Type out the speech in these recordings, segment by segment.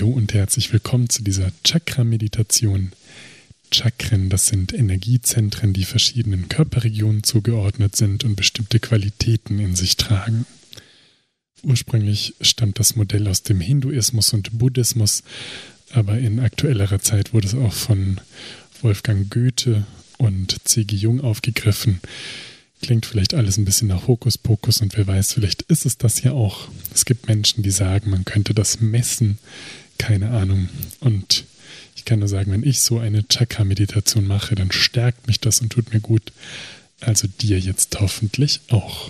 Hallo und herzlich willkommen zu dieser Chakra-Meditation. Chakren, das sind Energiezentren, die verschiedenen Körperregionen zugeordnet sind und bestimmte Qualitäten in sich tragen. Ursprünglich stammt das Modell aus dem Hinduismus und Buddhismus, aber in aktuellerer Zeit wurde es auch von Wolfgang Goethe und C.G. Jung aufgegriffen. Klingt vielleicht alles ein bisschen nach Hokuspokus und wer weiß, vielleicht ist es das ja auch. Es gibt Menschen, die sagen, man könnte das messen, keine Ahnung. Und ich kann nur sagen, wenn ich so eine Chakra-Meditation mache, dann stärkt mich das und tut mir gut. Also dir jetzt hoffentlich auch.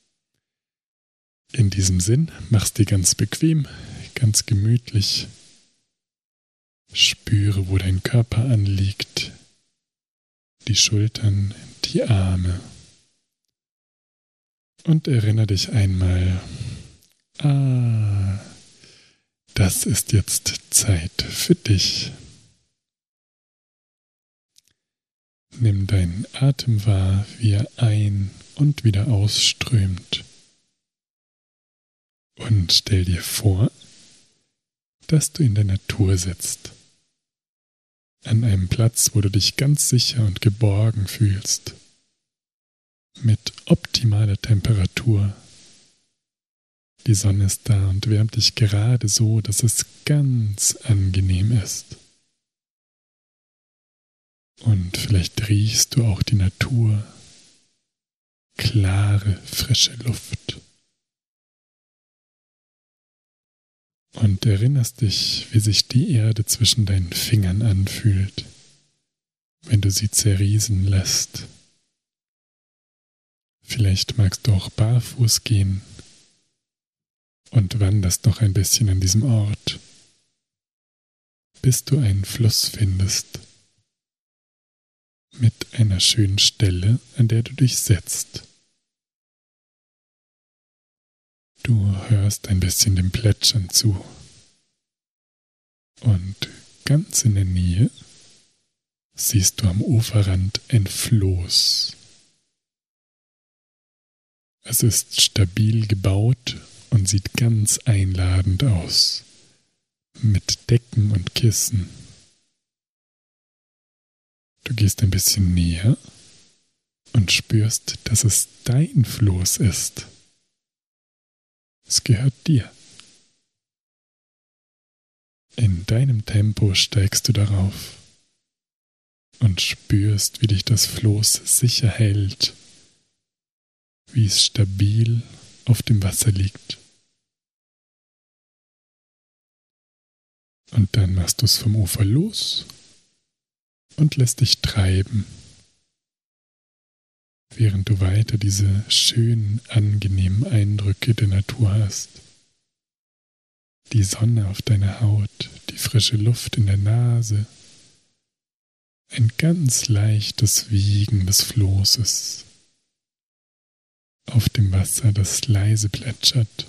In diesem Sinn, mach's dir ganz bequem, ganz gemütlich. Spüre, wo dein Körper anliegt. Die Schultern, die Arme. Und erinnere dich einmal, das ist jetzt Zeit für dich. Nimm deinen Atem wahr, wie er ein- und wieder ausströmt. Und stell dir vor, dass du in der Natur sitzt. An einem Platz, wo du dich ganz sicher und geborgen fühlst. Mit optimaler Temperatur. Die Sonne ist da und wärmt dich gerade so, dass es ganz angenehm ist. Und vielleicht riechst du auch die Natur. Klare, frische Luft. Und erinnerst dich, wie sich die Erde zwischen deinen Fingern anfühlt, wenn du sie zerriesen lässt. Vielleicht magst du auch barfuß gehen und wanderst noch ein bisschen an diesem Ort, bis du einen Fluss findest, mit einer schönen Stelle, an der du dich setzt. Du hörst ein bisschen dem Plätschern zu und ganz in der Nähe siehst du am Uferrand ein Floß. Es ist stabil gebaut und sieht ganz einladend aus, mit Decken und Kissen. Du gehst ein bisschen näher und spürst, dass es dein Floß ist. Es gehört dir. In deinem Tempo steigst du darauf und spürst, wie dich das Floß sicher hält, wie es stabil auf dem Wasser liegt. Und dann machst du es vom Ufer los und lässt dich treiben, während du weiter diese schönen, angenehmen Eindrücke der Natur hast. Die Sonne auf deiner Haut, die frische Luft in der Nase, ein ganz leichtes Wiegen des Floßes auf dem Wasser, das leise plätschert.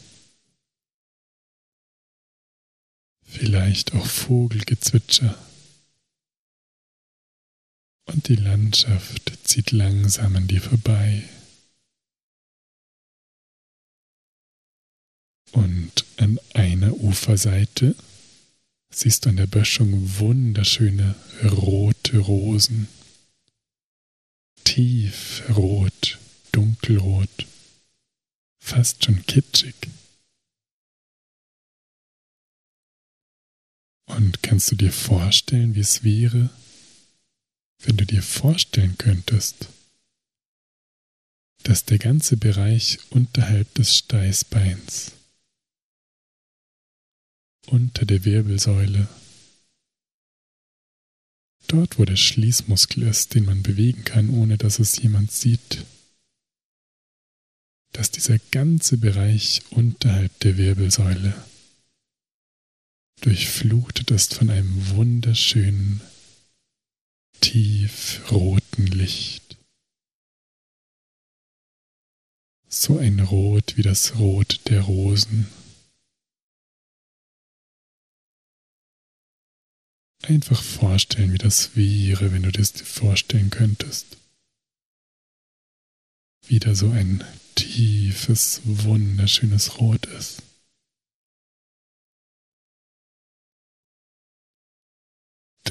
Vielleicht auch Vogelgezwitscher. Und die Landschaft zieht langsam an dir vorbei. Und an einer Uferseite siehst du an der Böschung wunderschöne rote Rosen. Tiefrot, dunkelrot, fast schon kitschig. Und kannst du dir vorstellen, wie es wäre, wenn du dir vorstellen könntest, dass der ganze Bereich unterhalb des Steißbeins, unter der Wirbelsäule, dort wo der Schließmuskel ist, den man bewegen kann, ohne dass es jemand sieht, dass dieser ganze Bereich unterhalb der Wirbelsäule durchflutet ist von einem wunderschönen, tiefroten Licht. So ein Rot wie das Rot der Rosen. Einfach vorstellen, wie das wäre, wenn du das dir vorstellen könntest. Wie da so ein tiefes, wunderschönes Rot ist.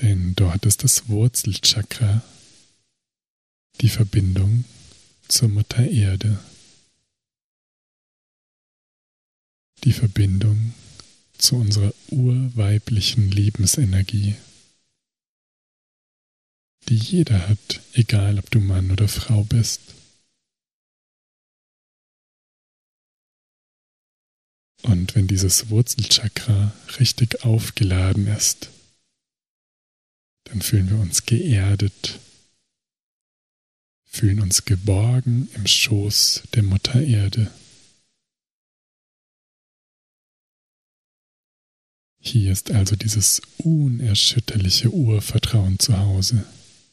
Denn dort ist das Wurzelchakra, die Verbindung zur Mutter Erde, die Verbindung zu unserer urweiblichen Lebensenergie, die jeder hat, egal ob du Mann oder Frau bist. Und wenn dieses Wurzelchakra richtig aufgeladen ist, dann fühlen wir uns geerdet, fühlen uns geborgen im Schoß der Mutter Erde. Hier ist also dieses unerschütterliche Urvertrauen zu Hause,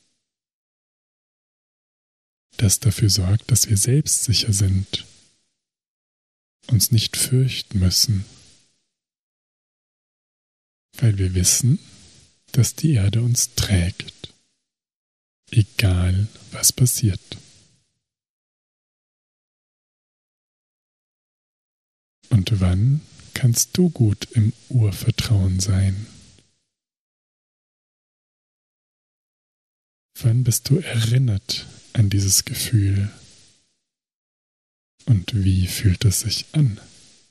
das dafür sorgt, dass wir selbstsicher sind, uns nicht fürchten müssen, weil wir wissen, dass die Erde uns trägt, egal was passiert. Und wann kannst du gut im Urvertrauen sein? Wann bist du erinnert an dieses Gefühl? Und wie fühlt es sich an?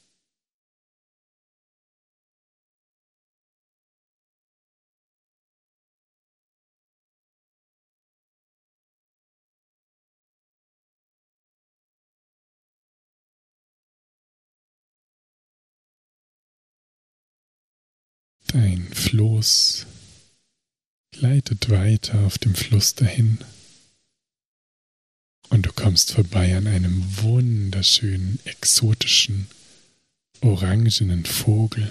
Dein Floß gleitet weiter auf dem Fluss dahin. Und du kommst vorbei an einem wunderschönen, exotischen, orangenen Vogel.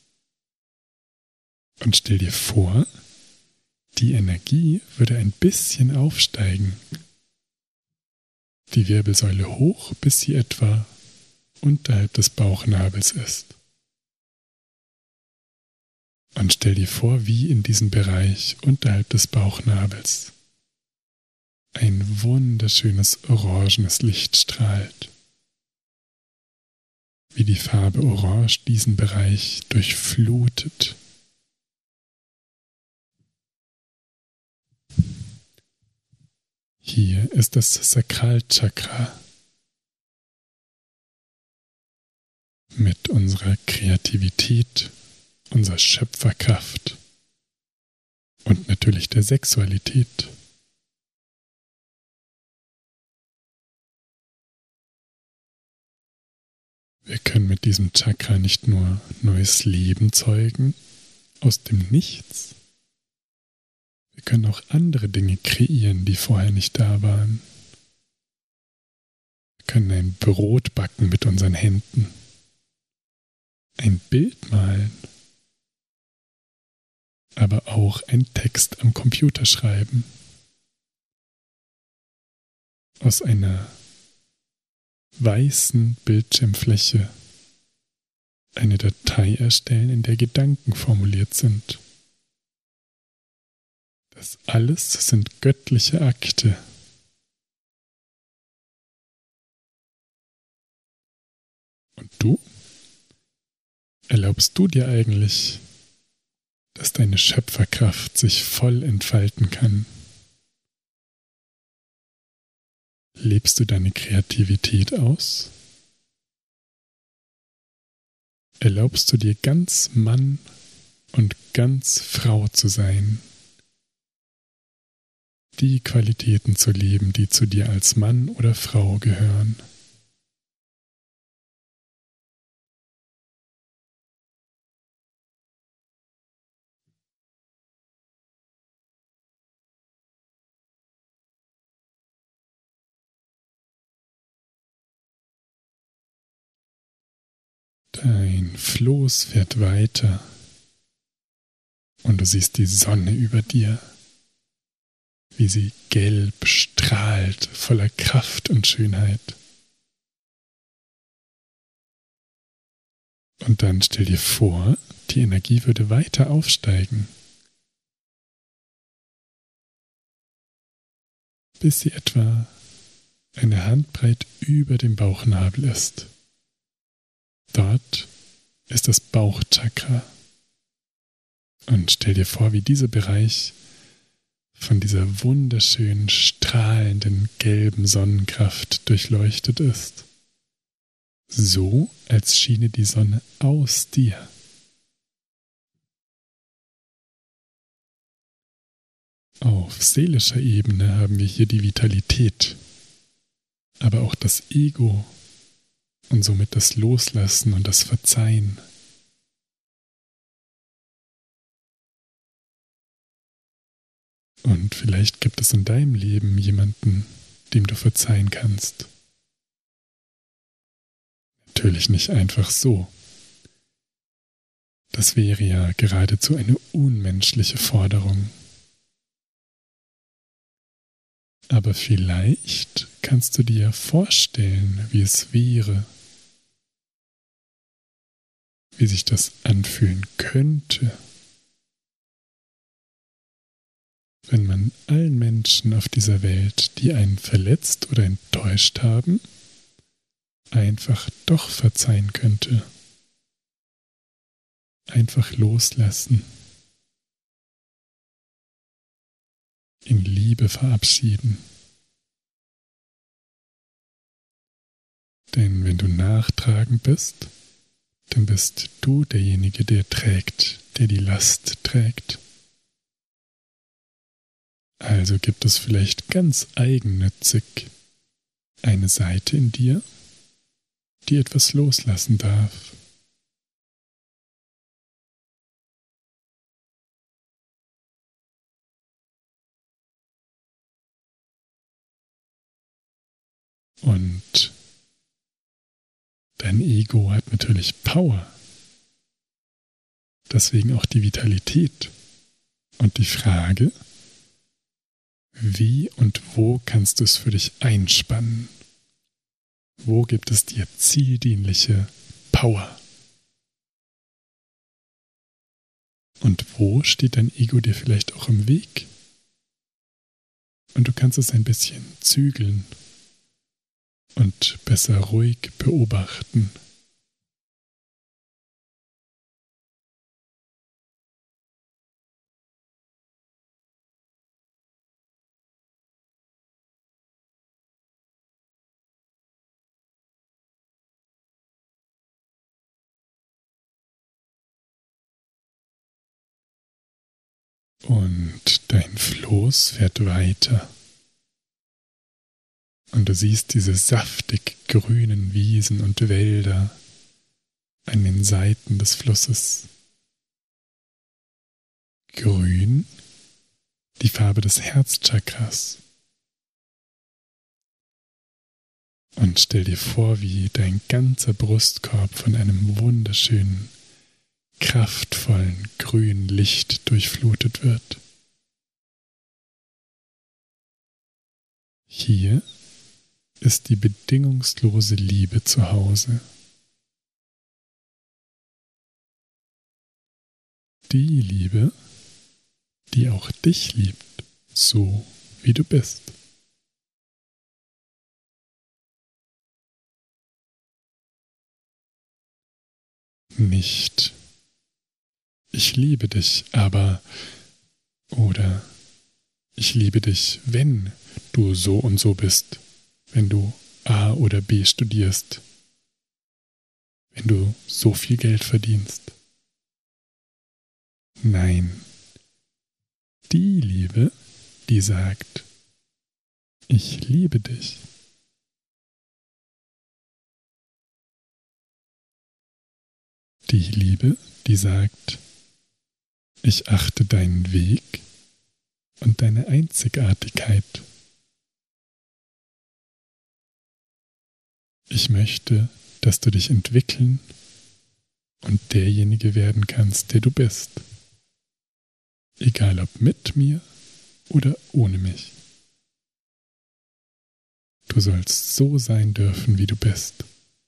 Und stell dir vor, die Energie würde ein bisschen aufsteigen. Die Wirbelsäule hoch, bis sie etwa unterhalb des Bauchnabels ist. Und stell dir vor, wie in diesem Bereich unterhalb des Bauchnabels ein wunderschönes orangenes Licht strahlt. Wie die Farbe Orange diesen Bereich durchflutet. Hier ist das Sakralchakra mit unserer Kreativität, unserer Schöpferkraft und natürlich der Sexualität. Wir können mit diesem Chakra nicht nur neues Leben zeugen aus dem Nichts, wir können auch andere Dinge kreieren, die vorher nicht da waren. Wir können ein Brot backen mit unseren Händen, ein Bild malen, aber auch einen Text am Computer schreiben. Aus einer weißen Bildschirmfläche eine Datei erstellen, in der Gedanken formuliert sind. Das alles sind göttliche Akte. Und du? Erlaubst du dir eigentlich, dass deine Schöpferkraft sich voll entfalten kann? Lebst du deine Kreativität aus? Erlaubst du dir ganz Mann und ganz Frau zu sein? Die Qualitäten zu leben, die zu dir als Mann oder Frau gehören. Dein Floß fährt weiter und du siehst die Sonne über dir, wie sie gelb strahlt, voller Kraft und Schönheit. Und dann stell dir vor, die Energie würde weiter aufsteigen, bis sie etwa eine Handbreit über dem Bauchnabel ist. Dort ist das Bauchchakra. Und stell dir vor, wie dieser Bereich von dieser wunderschönen, strahlenden, gelben Sonnenkraft durchleuchtet ist. So, als schiene die Sonne aus dir. Auf seelischer Ebene haben wir hier die Vitalität, aber auch das Ego und somit das Loslassen und das Verzeihen. Und vielleicht gibt es in deinem Leben jemanden, dem du verzeihen kannst. Natürlich nicht einfach so. Das wäre ja geradezu eine unmenschliche Forderung. Aber vielleicht kannst du dir vorstellen, wie es wäre, wie sich das anfühlen könnte, wenn man allen Menschen auf dieser Welt, die einen verletzt oder enttäuscht haben, einfach doch verzeihen könnte. Einfach loslassen. In Liebe verabschieden. Denn wenn du nachtragend bist, dann bist du derjenige, der trägt, der die Last trägt. Also gibt es vielleicht ganz eigennützig eine Seite in dir, die etwas loslassen darf. Und dein Ego hat natürlich Power. Deswegen auch die Vitalität. Und die Frage, wie und wo kannst du es für dich einspannen? Wo gibt es dir zieldienliche Power? Und wo steht dein Ego dir vielleicht auch im Weg? Und du kannst es ein bisschen zügeln und besser ruhig beobachten. Und dein Floß fährt weiter. Und du siehst diese saftig grünen Wiesen und Wälder an den Seiten des Flusses. Grün, die Farbe des Herzchakras. Und stell dir vor, wie dein ganzer Brustkorb von einem wunderschönen, kraftvollen grünen Licht durchflutet wird. Hier ist die bedingungslose Liebe zu Hause. Die Liebe, die auch dich liebt, so wie du bist. Nicht ich liebe dich, aber oder ich liebe dich, wenn du so und so bist, wenn du A oder B studierst, wenn du so viel Geld verdienst. Nein, die Liebe, die sagt, ich liebe dich. Die Liebe, die sagt, ich achte deinen Weg und deine Einzigartigkeit. Ich möchte, dass du dich entwickeln und derjenige werden kannst, der du bist. Egal ob mit mir oder ohne mich. Du sollst so sein dürfen, wie du bist.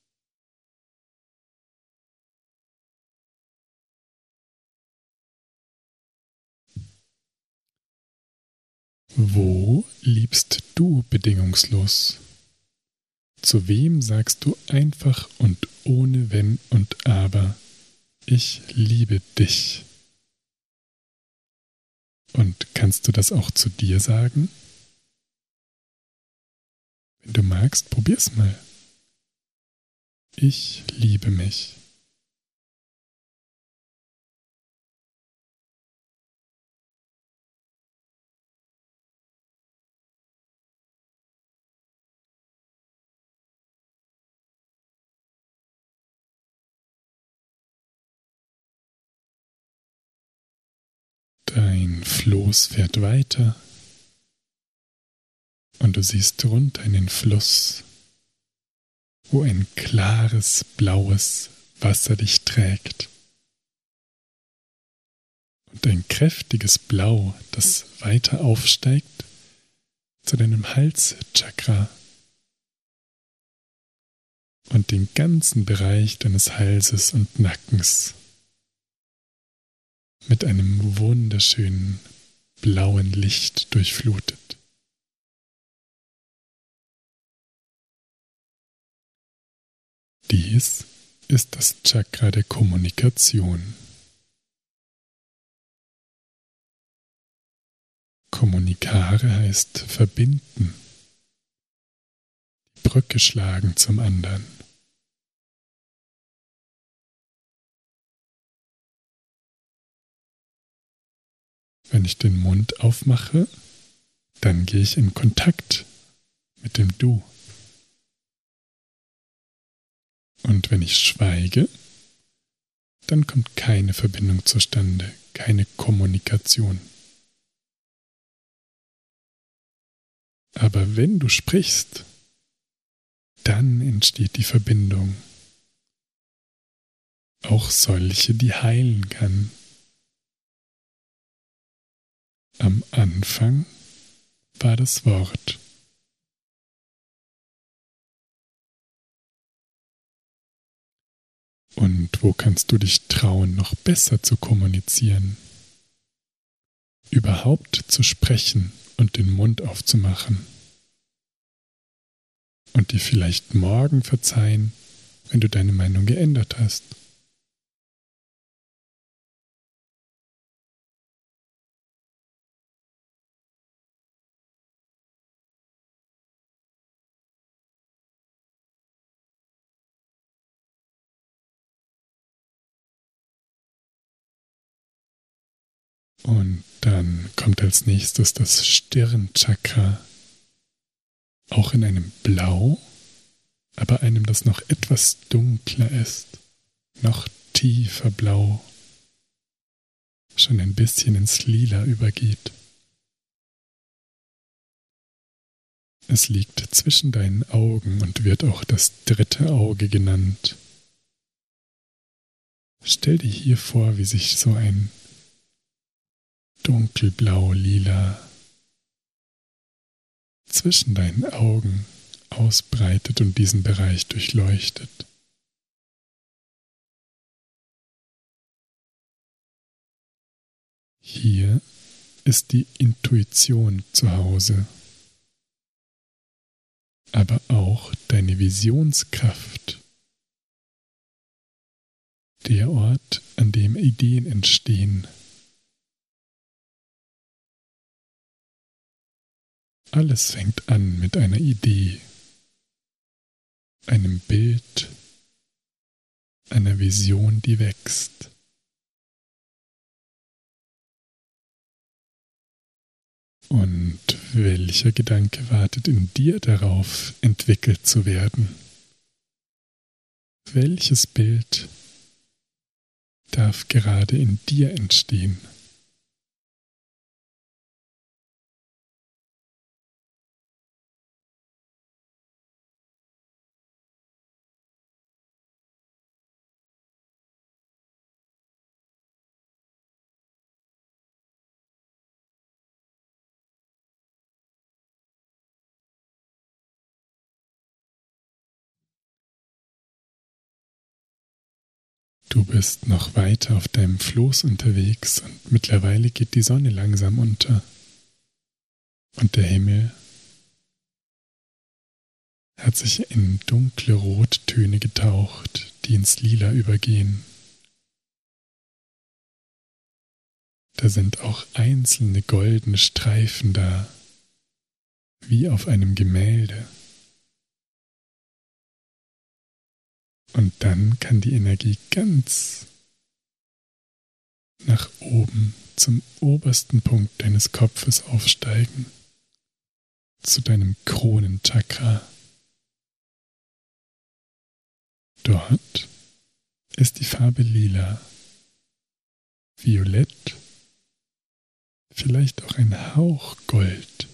Wo liebst du bedingungslos? Zu wem sagst du einfach und ohne Wenn und Aber, ich liebe dich? Und kannst du das auch zu dir sagen? Wenn du magst, probier's mal. Ich liebe mich. Dein Floß fährt weiter und du siehst runter in den Fluss, wo ein klares, blaues Wasser dich trägt. Und ein kräftiges Blau, das weiter aufsteigt zu deinem Halschakra und den ganzen Bereich deines Halses und Nackens mit einem wunderschönen blauen Licht durchflutet. Dies ist das Chakra der Kommunikation. Kommunikare heißt verbinden, die Brücke schlagen zum anderen. Wenn ich den Mund aufmache, dann gehe ich in Kontakt mit dem Du. Und wenn ich schweige, dann kommt keine Verbindung zustande, keine Kommunikation. Aber wenn du sprichst, dann entsteht die Verbindung. Auch solche, die heilen kann. Am Anfang war das Wort. Und wo kannst du dich trauen, noch besser zu kommunizieren? Überhaupt zu sprechen und den Mund aufzumachen. Und dir vielleicht morgen verzeihen, wenn du deine Meinung geändert hast. Und dann kommt als nächstes das Stirnchakra, auch in einem Blau, aber einem, das noch etwas dunkler ist, noch tiefer Blau, schon ein bisschen ins Lila übergeht. Es liegt zwischen deinen Augen und wird auch das dritte Auge genannt. Stell dir hier vor, wie sich so ein dunkelblau-lila zwischen deinen Augen ausbreitet und diesen Bereich durchleuchtet. Hier ist die Intuition zu Hause, aber auch deine Visionskraft, der Ort, an dem Ideen entstehen. Alles fängt an mit einer Idee, einem Bild, einer Vision, die wächst. Und welcher Gedanke wartet in dir darauf, entwickelt zu werden? Welches Bild darf gerade in dir entstehen? Du bist noch weiter auf deinem Floß unterwegs und mittlerweile geht die Sonne langsam unter. Und der Himmel hat sich in dunkle Rottöne getaucht, die ins Lila übergehen. Da sind auch einzelne goldene Streifen da, wie auf einem Gemälde. Und dann kann die Energie ganz nach oben zum obersten Punkt deines Kopfes aufsteigen, zu deinem Kronenchakra. Dort ist die Farbe lila, violett, vielleicht auch ein Hauch Gold.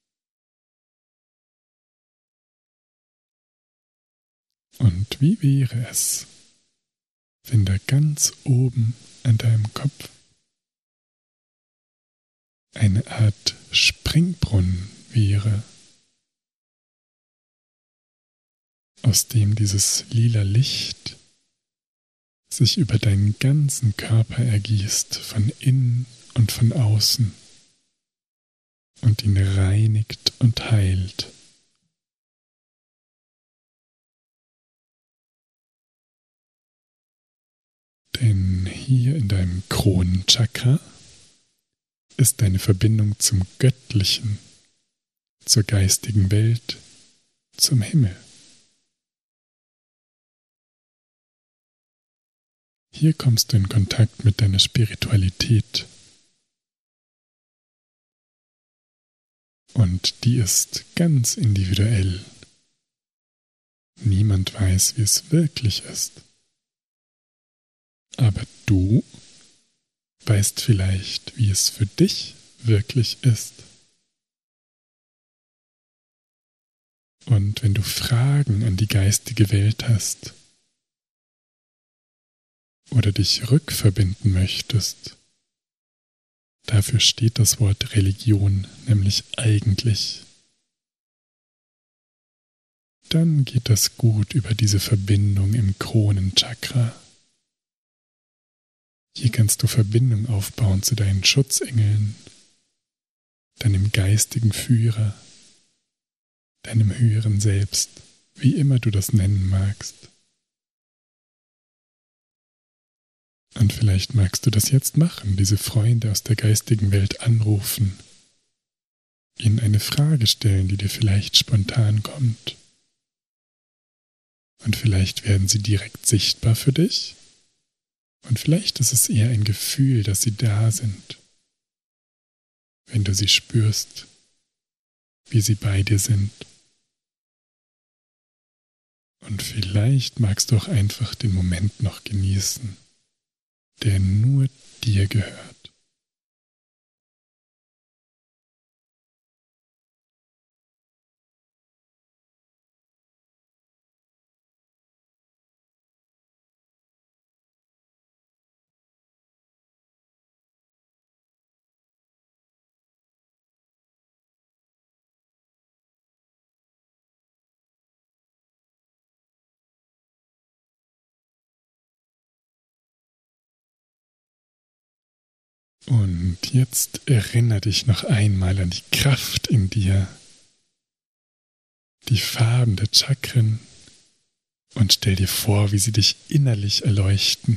Und wie wäre es, wenn da ganz oben an deinem Kopf eine Art Springbrunnen wäre, aus dem dieses lila Licht sich über deinen ganzen Körper ergießt, von innen und von außen, und ihn reinigt und heilt. Denn hier in deinem Kronenchakra ist deine Verbindung zum Göttlichen, zur geistigen Welt, zum Himmel. Hier kommst du in Kontakt mit deiner Spiritualität. Und die ist ganz individuell. Niemand weiß, wie es wirklich ist. Aber du weißt vielleicht, wie es für dich wirklich ist. Und wenn du Fragen an die geistige Welt hast oder dich rückverbinden möchtest, dafür steht das Wort Religion nämlich eigentlich. Dann geht das gut über diese Verbindung im Kronenchakra. Hier kannst du Verbindung aufbauen zu deinen Schutzengeln, deinem geistigen Führer, deinem höheren Selbst, wie immer du das nennen magst. Und vielleicht magst du das jetzt machen, diese Freunde aus der geistigen Welt anrufen, ihnen eine Frage stellen, die dir vielleicht spontan kommt. Und vielleicht werden sie direkt sichtbar für dich. Und vielleicht ist es eher ein Gefühl, dass sie da sind, wenn du sie spürst, wie sie bei dir sind. Und vielleicht magst du auch einfach den Moment noch genießen, der nur dir gehört. Und jetzt erinnere dich noch einmal an die Kraft in dir, die Farben der Chakren, und stell dir vor, wie sie dich innerlich erleuchten.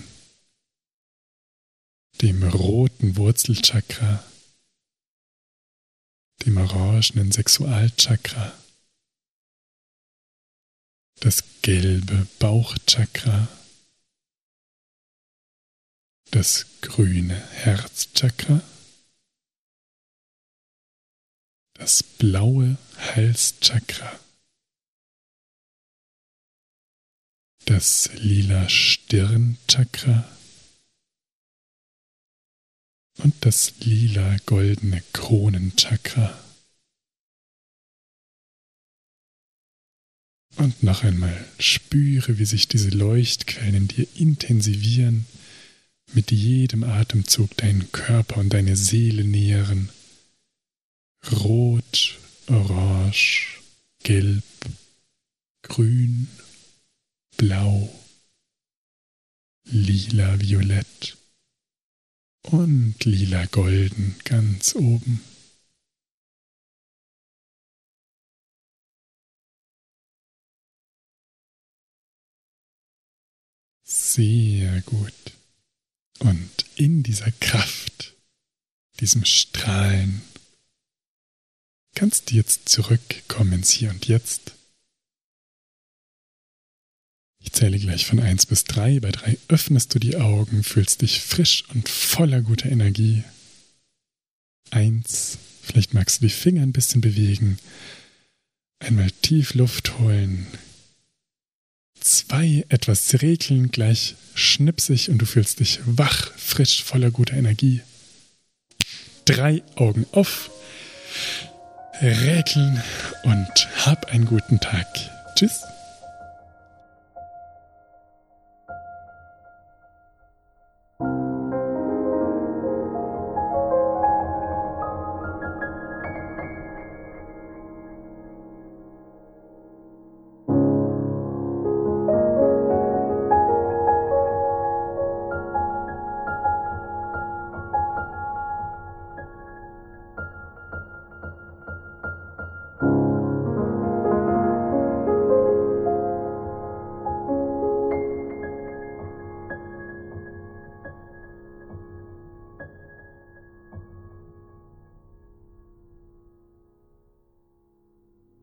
Dem roten Wurzelchakra, dem orangenen Sexualchakra, das gelbe Bauchchakra, das grüne Herzchakra, das blaue Halschakra, das lila Stirnchakra und das lila goldene Kronenchakra. Und noch einmal spüre, wie sich diese Leuchtquellen in dir intensivieren, mit jedem Atemzug deinen Körper und deine Seele nähren. Rot, orange, gelb, grün, blau, lila, violett und lila, golden ganz oben. Sehr gut. Und in dieser Kraft diesem Strahlen, kannst du jetzt zurückkommen ins Hier und Jetzt. Ich zähle gleich von 1 bis 3. Bei 3 öffnest du die Augen, fühlst dich frisch und voller guter Energie. 1, vielleicht magst du die Finger ein bisschen bewegen. Einmal tief Luft holen. 2, etwas regeln, gleich schnipsig und du fühlst dich wach, frisch, voller guter Energie. 3, Augen auf, räkeln und hab einen guten Tag. Tschüss.